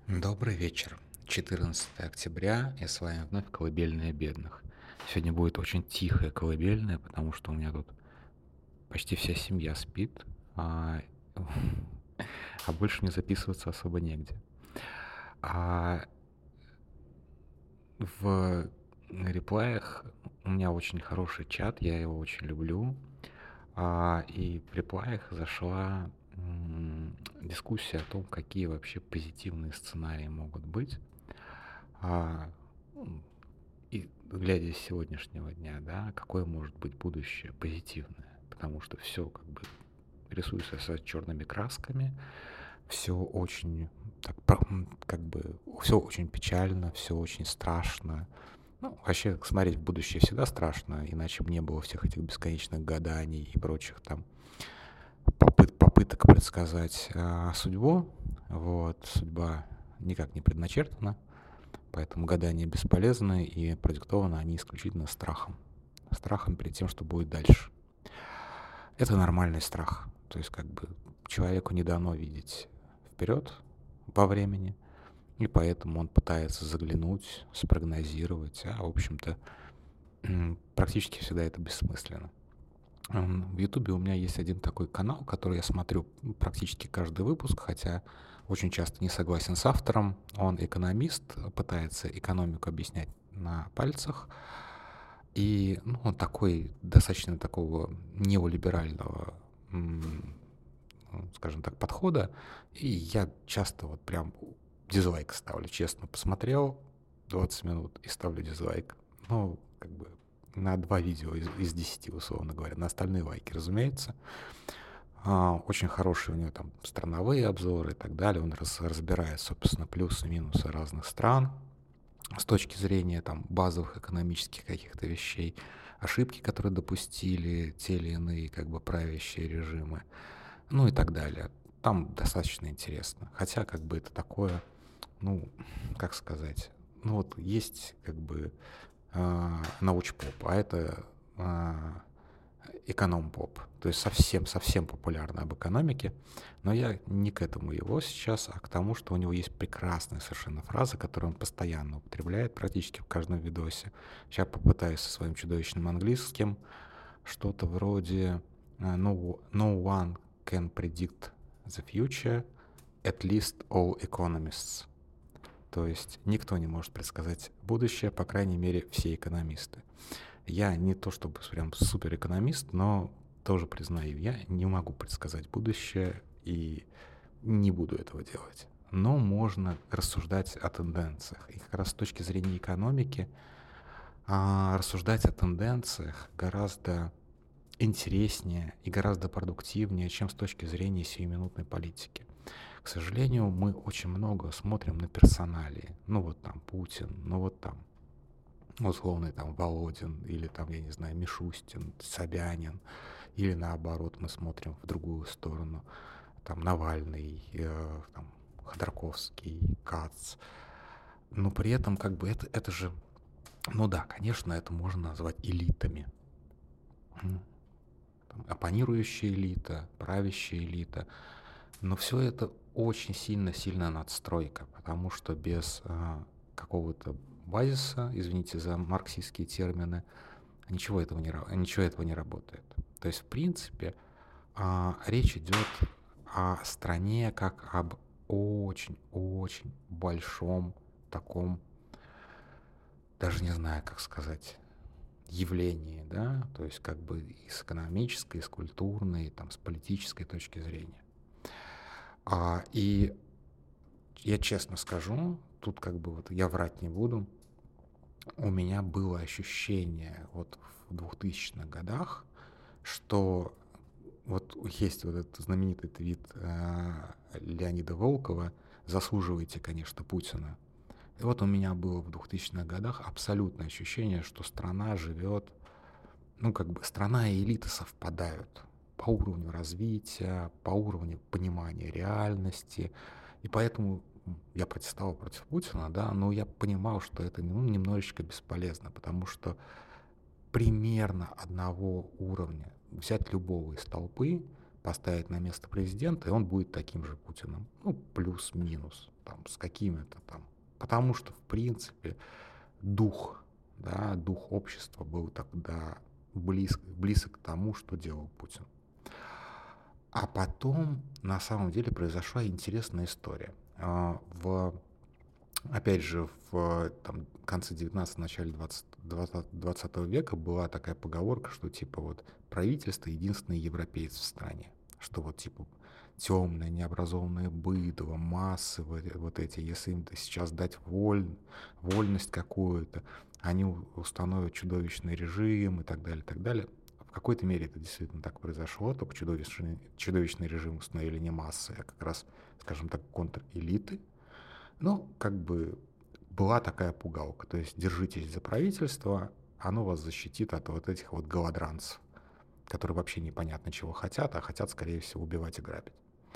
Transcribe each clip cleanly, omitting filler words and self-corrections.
Добрый вечер. 14 октября, и с вами вновь «Колыбельная бедных». Сегодня будет очень тихая колыбельная, потому что у меня тут почти вся семья спит, а, а больше мне записываться особо негде. А в реплаях у меня очень хороший чат, я его очень люблю. И в реплаях зашла дискуссия о том, какие вообще позитивные сценарии могут быть. А, м, И глядя из сегодняшнего дня, да, какое может быть будущее позитивное, потому что все как бы рисуется с черными красками, все очень так, как бы все очень печально, все очень страшно. Ну, вообще, смотреть в будущее всегда страшно, иначе бы не было всех этих бесконечных гаданий и прочих там попыток предсказать судьбу. Вот, судьба никак не предначертана. Поэтому гадания бесполезны и продиктованы они исключительно страхом. Страхом перед тем, что будет дальше. Это нормальный страх. То есть как бы человеку не дано видеть вперед во времени, и поэтому он пытается заглянуть, спрогнозировать, в общем-то, практически всегда это бессмысленно. В Ютубе у меня есть один такой канал, который я смотрю практически каждый выпуск, хотя очень часто не согласен с автором. Он экономист, пытается экономику объяснять на пальцах. И он такой, достаточно такого неолиберального, скажем так, подхода. И я часто вот прям дизлайк ставлю, честно. Посмотрел 20 минут и ставлю дизлайк. Ну, как бы на 2 видео из 10, условно говоря. На остальные лайки, разумеется. Очень хорошие у него там страновые обзоры и так далее. Он разбирает, собственно, плюсы и минусы разных стран с точки зрения там базовых экономических каких-то вещей, ошибки, которые допустили те или иные как бы правящие режимы, ну и так далее. Там достаточно интересно. Хотя как бы это такое, ну, как сказать, ну вот есть как бы научпоп, а это эконом-поп, то есть совсем популярно об экономике, но я не к этому его сейчас, а к тому, что у него есть прекрасная совершенно фраза, которую он постоянно употребляет практически в каждом видосе. Сейчас попытаюсь со своим чудовищным английским, что-то вроде no one can predict the future, at least all economists. То есть никто не может предсказать будущее, по крайней мере, все экономисты. Я не то чтобы прям супер экономист, но тоже признаю, я не могу предсказать будущее и не буду этого делать. Но можно рассуждать о тенденциях. И как раз с точки зрения экономики рассуждать о тенденциях гораздо интереснее и гораздо продуктивнее, чем с точки зрения сиюминутной политики. К сожалению, мы очень много смотрим на персоналии. Ну вот там Путин, ну вот там условный там Володин, или там, я не знаю, Мишустин, Собянин, или наоборот мы смотрим в другую сторону, там Навальный, там, Ходорковский, Кац. Но при этом как бы это же, ну да, конечно, это можно назвать элитами. Там, оппонирующая элита, правящая элита. Но все это очень сильно надстройка, потому что без какого-то базиса, извините за марксистские термины, ничего этого не работает. То есть, в принципе, речь идет о стране как об очень-очень большом таком, даже не знаю, как сказать, явлении, да, то есть как бы и с экономической, и с культурной, там, с политической точки зрения. И я честно скажу, тут как бы вот я врать не буду, у меня было ощущение вот в 2000-х годах, что вот есть вот этот знаменитый твит Леонида Волкова «Заслуживаете, конечно, Путина». И вот у меня было в 2000-х годах абсолютное ощущение, что страна живет, ну как бы страна и элита совпадают по уровню развития, по уровню понимания реальности. И поэтому я протестовал против Путина, да, но я понимал, что это немножечко бесполезно, потому что примерно одного уровня взять любого из толпы, поставить на место президента, и он будет таким же Путиным. Ну, плюс-минус, там, с какими-то там. Потому что, в принципе, дух, да, дух общества был тогда близок к тому, что делал Путин. А потом, на самом деле, произошла интересная история. Опять же, в там, конце 19-го, начале 20 века была такая поговорка, что типа вот правительство единственный европеец в стране. Что вот типа темное, необразованное быдло, массы вот эти, если им сейчас дать вольность какую-то, они установят чудовищный режим и так далее, и так далее. В какой-то мере это действительно так произошло, только чудовищный режим установили не массы, а как раз, скажем так, контрэлиты. Ну, как бы была такая пугалка. То есть держитесь за правительство, оно вас защитит от вот этих вот голодранцев, которые вообще непонятно чего хотят, а хотят, скорее всего, убивать и грабить.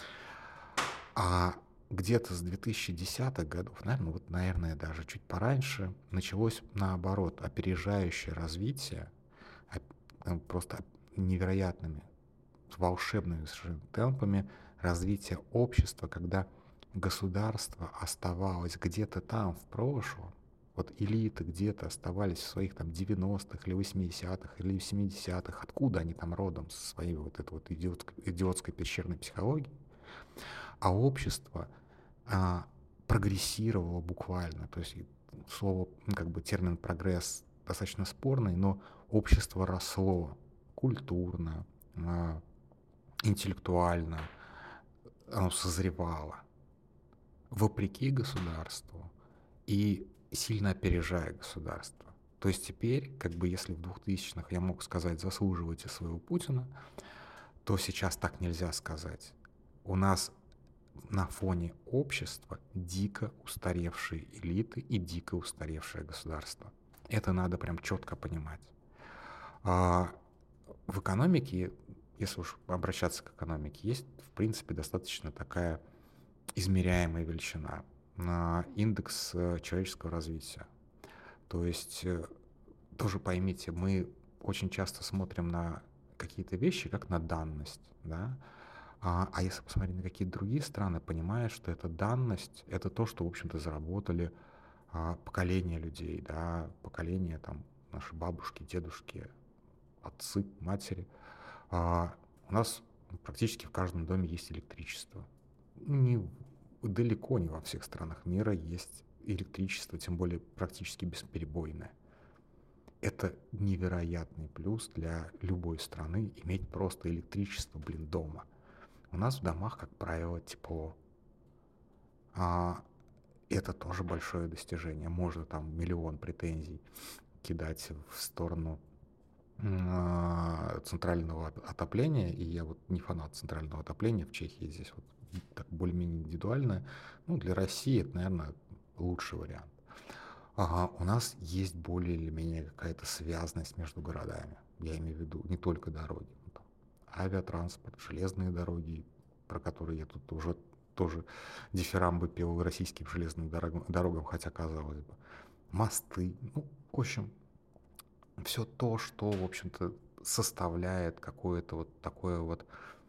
А где-то с 2010-х годов, наверное, даже чуть пораньше, началось наоборот опережающее развитие, просто невероятными, волшебными совершенно темпами развития общества, когда государство оставалось где-то там в прошлом, вот элиты где-то оставались в своих там 90-х или 80-х или 70-х, откуда они там родом со своей вот этой вот идиотской пещерной психологией, а общество прогрессировало буквально, то есть слово, как бы термин прогресс достаточно спорный, но общество росло культурно, интеллектуально, оно созревало вопреки государству и сильно опережая государство. То есть теперь, как бы если в 2000-х я мог сказать «заслуживайте своего Путина», то сейчас так нельзя сказать. У нас на фоне общества дико устаревшие элиты и дико устаревшее государство. Это надо прям четко понимать. В экономике, если уж обращаться к экономике, есть, в принципе, достаточно такая измеряемая величина индекс человеческого развития. То есть, тоже поймите, мы очень часто смотрим на какие-то вещи как на данность, да? А если посмотреть на какие-то другие страны, понимаешь, что эта данность, это то, что, в общем-то, заработали поколения людей, да, поколения там наши бабушки, дедушки, отцы, матери. У нас практически в каждом доме есть электричество. Далеко не во всех странах мира есть электричество, тем более практически бесперебойное. Это невероятный плюс для любой страны иметь просто электричество, дома. У нас в домах, как правило, тепло. Это тоже большое достижение. Можно там миллион претензий кидать в сторону центрального отопления, и я вот не фанат центрального отопления, в Чехии здесь вот так более-менее индивидуальное. Ну, для России это, наверное, лучший вариант. У нас есть более или менее какая-то связность между городами. Я имею в виду не только дороги, там, авиатранспорт, железные дороги, про которые я тут уже тоже дифирамбы пел российским железным дорогам, хотя казалось бы. Мосты, в общем, все то, что, в общем-то, составляет какое-то вот такое вот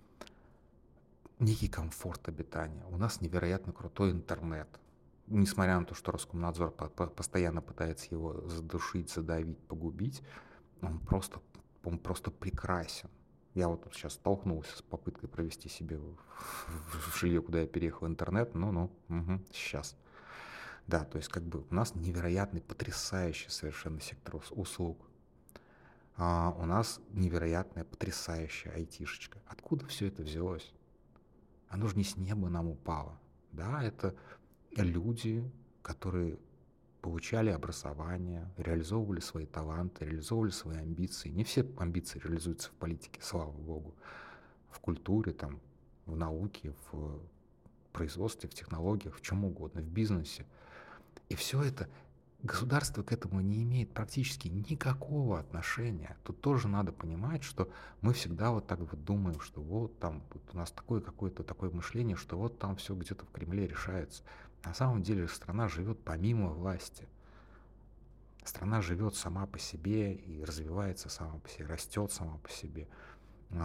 некий комфорт обитания. У нас невероятно крутой интернет. Несмотря на то, что Роскомнадзор постоянно пытается его задушить, задавить, погубить, он просто прекрасен. Я вот сейчас столкнулся с попыткой провести себе в жилье, куда я переехал, интернет. Сейчас. Да, то есть как бы у нас невероятный, потрясающий совершенно сектор услуг. У нас невероятная, потрясающая айтишечка. Откуда все это взялось? Оно же не с неба нам упало. Да, это люди, которые получали образование, реализовывали свои таланты, реализовывали свои амбиции. Не все амбиции реализуются в политике, слава богу. В культуре, там, в науке, в производстве, в технологиях, в чем угодно, в бизнесе. И все это государство к этому не имеет практически никакого отношения. Тут тоже надо понимать, что мы всегда вот так вот думаем, что вот там вот у нас такое какое-то такое мышление, что вот там все где-то в Кремле решается. На самом деле страна живет помимо власти. Страна живет сама по себе и развивается сама по себе, растет сама по себе.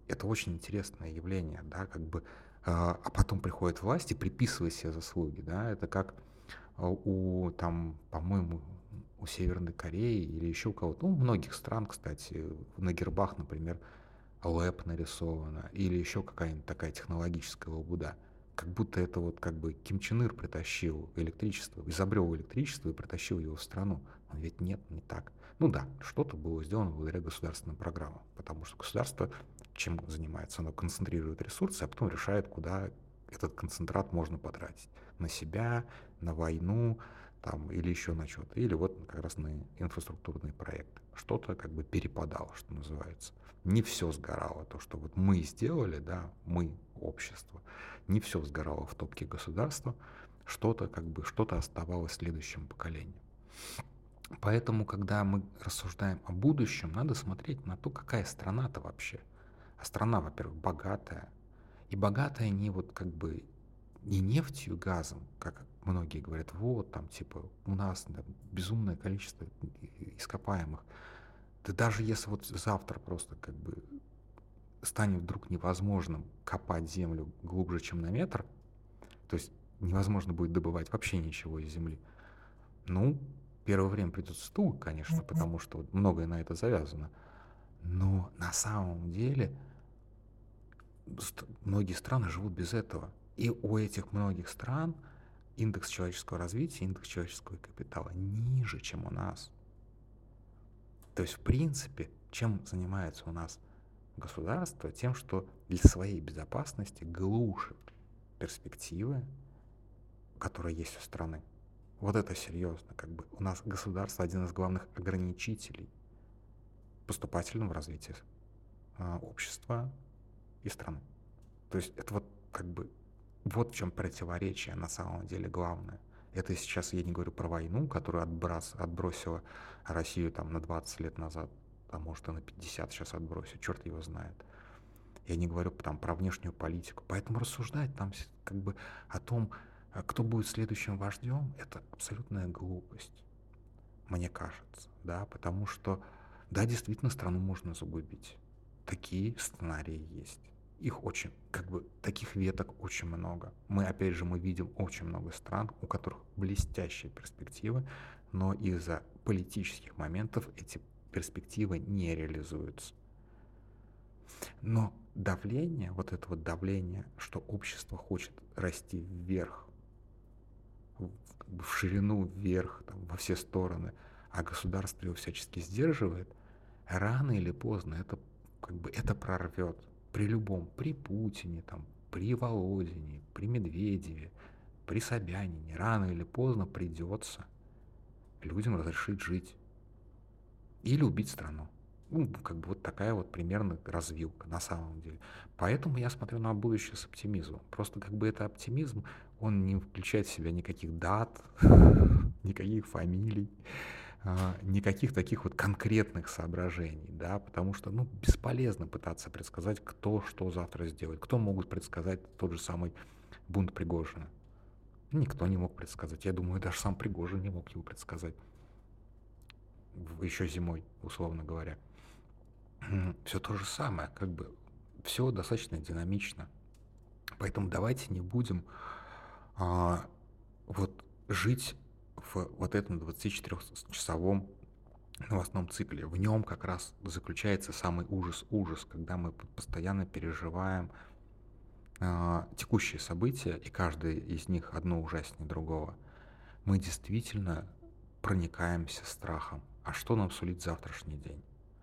это очень интересное явление, да, как бы, а потом приходит власть и приписывает себе заслуги, да. Это как у там, по-моему, у Северной Кореи или еще у кого-то, ну, у многих стран, кстати, на гербах, например, лэп нарисовано или еще какая-нибудь такая технологическая лабуда. Как будто это вот как бы Ким Чен Ир притащил электричество, изобрел электричество и притащил его в страну. Но ведь нет, не так. Ну да, что-то было сделано благодаря государственным программам, потому что государство чем занимается? Оно концентрирует ресурсы, а потом решает, куда этот концентрат можно потратить. На себя, на войну там, или еще на что-то. Или вот как раз на инфраструктурные проекты. Что-то как бы перепадало, что называется. Не все сгорало. То, что вот мы сделали, да, мы, общество, не все сгорало в топке государства. Что-то как бы, что-то оставалось следующему поколению. Поэтому, когда мы рассуждаем о будущем, надо смотреть на то, какая страна-то вообще. А страна, во-первых, богатая. И богатая не вот как бы не нефтью и газом, как многие говорят, вот там типа у нас да, безумное количество ископаемых. Да даже если вот завтра просто как бы станет вдруг невозможным копать землю глубже, чем на метр, то есть невозможно будет добывать вообще ничего из земли, ну, первое время придется туго, конечно, потому что вот многое на это завязано. Но на самом деле многие страны живут без этого. И у этих многих стран индекс человеческого развития, индекс человеческого капитала ниже, чем у нас. То есть, в принципе, чем занимается у нас государство? Тем, что для своей безопасности глушит перспективы, которые есть у страны. Вот это серьезно. Как бы у нас государство один из главных ограничителей поступательного развития общества и страны. То есть это вот как бы вот в чем противоречие на самом деле главное. Это сейчас я не говорю про войну, которая отбросила Россию там на 20 лет назад, а может и на 50 сейчас отбросит, черт его знает. Я не говорю там про внешнюю политику. Поэтому рассуждать там как бы о том, кто будет следующим вождем, это абсолютная глупость, мне кажется, да, потому что, да, действительно, страну можно загубить. Такие сценарии есть. Их очень, как бы, таких веток очень много. Опять же, мы видим очень много стран, у которых блестящие перспективы, но из-за политических моментов эти перспективы не реализуются. Но давление, вот это вот давление, что общество хочет расти вверх, в ширину вверх, там, во все стороны, а государство его всячески сдерживает, рано или поздно это как бы это прорвет. При любом, при Путине, там, при Володине, при Медведеве, при Собянине, рано или поздно придется людям разрешить жить или убить страну. Ну, как бы вот такая вот примерно развилка на самом деле. Поэтому я смотрю на будущее с оптимизмом. Просто как бы это оптимизм, он не включает в себя никаких дат, никаких фамилий, никаких таких вот конкретных соображений, да, потому что, ну, бесполезно пытаться предсказать, кто что завтра сделает. Кто могут предсказать тот же самый бунт Пригожина? Никто не мог предсказать. Я думаю, даже сам Пригожин не мог его предсказать. Еще зимой, условно говоря. Все то же самое, как бы все достаточно динамично. Поэтому давайте не будем вот жить в вот этом 24-часовом новостном цикле. В нем как раз заключается самый ужас, когда мы постоянно переживаем текущие события, и каждый из них одно ужаснее другого. Мы действительно проникаемся страхом. А что нам сулит завтрашний день?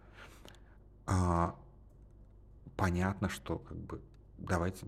Понятно, что как бы давайте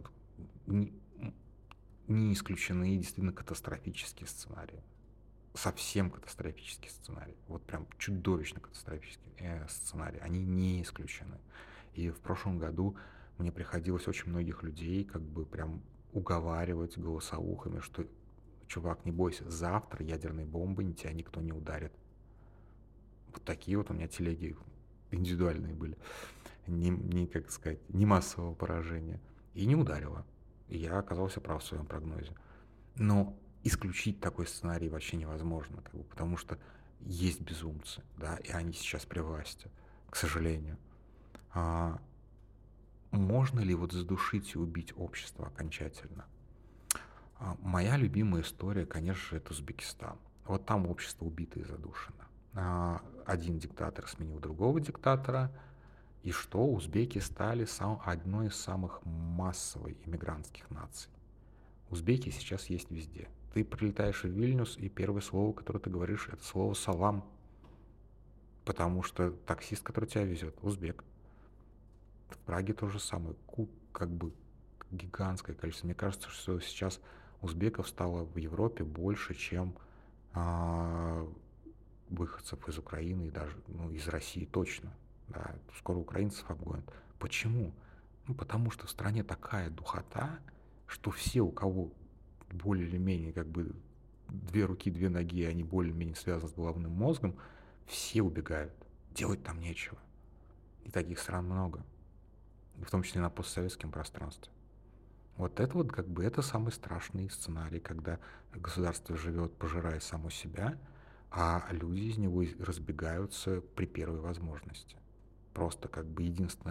не исключены действительно катастрофические сценарии. Совсем катастрофические сценарии. Вот прям чудовищно катастрофические сценарии. Они не исключены. И в прошлом году мне приходилось очень многих людей как бы прям уговаривать голосовухами, что чувак, не бойся, завтра ядерной бомбы тебя никто не ударит. Вот такие вот у меня телеги индивидуальные были. Не как сказать, не массового поражения. И не ударило. И я оказался прав в своем прогнозе. Но исключить такой сценарий вообще невозможно, как бы, потому что есть безумцы, да, и они сейчас при власти, к сожалению. можно ли вот задушить и убить общество окончательно? Моя любимая история, конечно же, это Узбекистан. Вот там общество убито и задушено. Один диктатор сменил другого диктатора, и что? Узбеки стали одной из самых массовых иммигрантских наций. Узбеки сейчас есть везде. Ты прилетаешь в Вильнюс, и первое слово, которое ты говоришь, это слово «салам», потому что таксист, который тебя везет, узбек. В Праге то же самое. Как бы гигантское количество. Мне кажется, что сейчас узбеков стало в Европе больше, чем а, выходцев из Украины и даже из России точно. Да, скоро украинцев обгонят. Почему? Ну, потому что в стране такая духота, что все, у кого более или менее как бы две руки, две ноги, они более-менее связаны с головным мозгом, все убегают. Делать там нечего. И таких стран много. В том числе на постсоветском пространстве. Вот это вот как бы это самый страшный сценарий, когда государство живет, пожирая само себя, а люди из него разбегаются при первой возможности. Просто как бы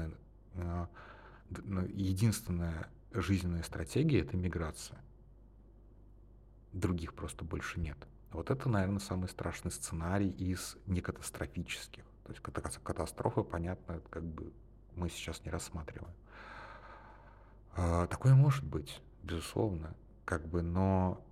единственная жизненная стратегия — это миграция. Других просто больше нет. Вот это, наверное, самый страшный сценарий из некатастрофических. То есть катастрофа, понятно, как бы мы сейчас не рассматриваем. Такое может быть, безусловно, как бы, но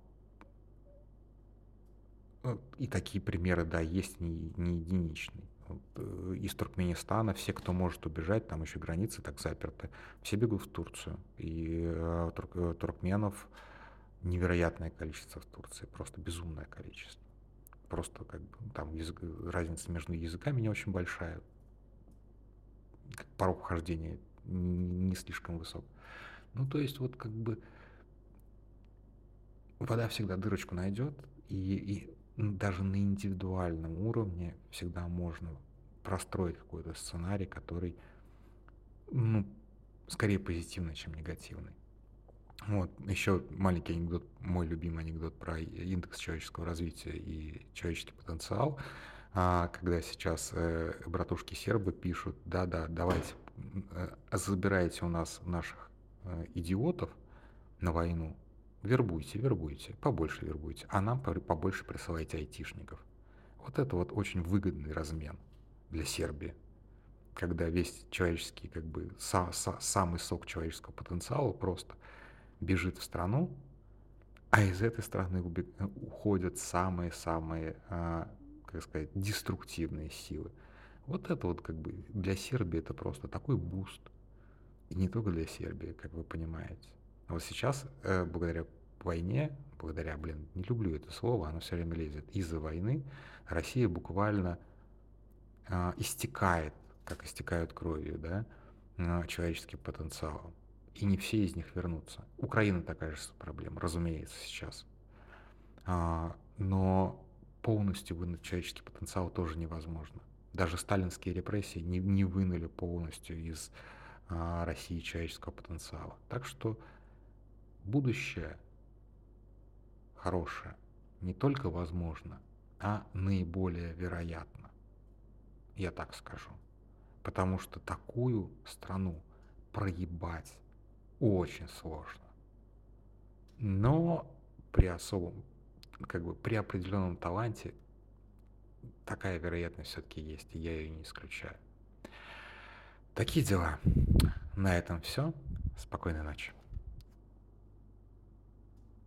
и такие примеры, да, есть не единичные. Из Туркменистана все, кто может убежать, там еще границы так заперты, все бегут в Турцию. И туркменов невероятное количество в Турции, просто безумное количество. Просто как бы там разница между языками не очень большая, порог вхождения не слишком высок. Ну, то есть вот как бы вода всегда дырочку найдет, и даже на индивидуальном уровне всегда можно простроить какой-то сценарий, который, ну, скорее позитивный, чем негативный. Вот, еще маленький анекдот, мой любимый анекдот про индекс человеческого развития и человеческий потенциал. Когда сейчас братушки сербы пишут: да-да, давайте, забирайте у нас наших идиотов на войну, вербуйте, побольше вербуйте, а нам побольше присылайте айтишников. Вот это вот очень выгодный размен для Сербии, когда весь человеческий, как бы, самый сок человеческого потенциала просто бежит в страну, а из этой страны уходят самые-самые, как сказать, деструктивные силы. Вот это вот как бы для Сербии это просто такой буст. И не только для Сербии, как вы понимаете. А вот сейчас, благодаря войне, не люблю это слово, оно все время лезет, из-за войны Россия буквально истекает, как истекают кровью, да, человеческий потенциал. И не все из них вернутся. Украина такая же проблема, разумеется, сейчас. Но полностью вынуть человеческий потенциал тоже невозможно. Даже сталинские репрессии не вынули полностью из России человеческого потенциала. Так что будущее хорошее не только возможно, а наиболее вероятно. Я так скажу. Потому что такую страну проебать очень сложно. Но при особом, как бы при определенном таланте такая вероятность все-таки есть, и я ее не исключаю. Такие дела. На этом все. Спокойной ночи.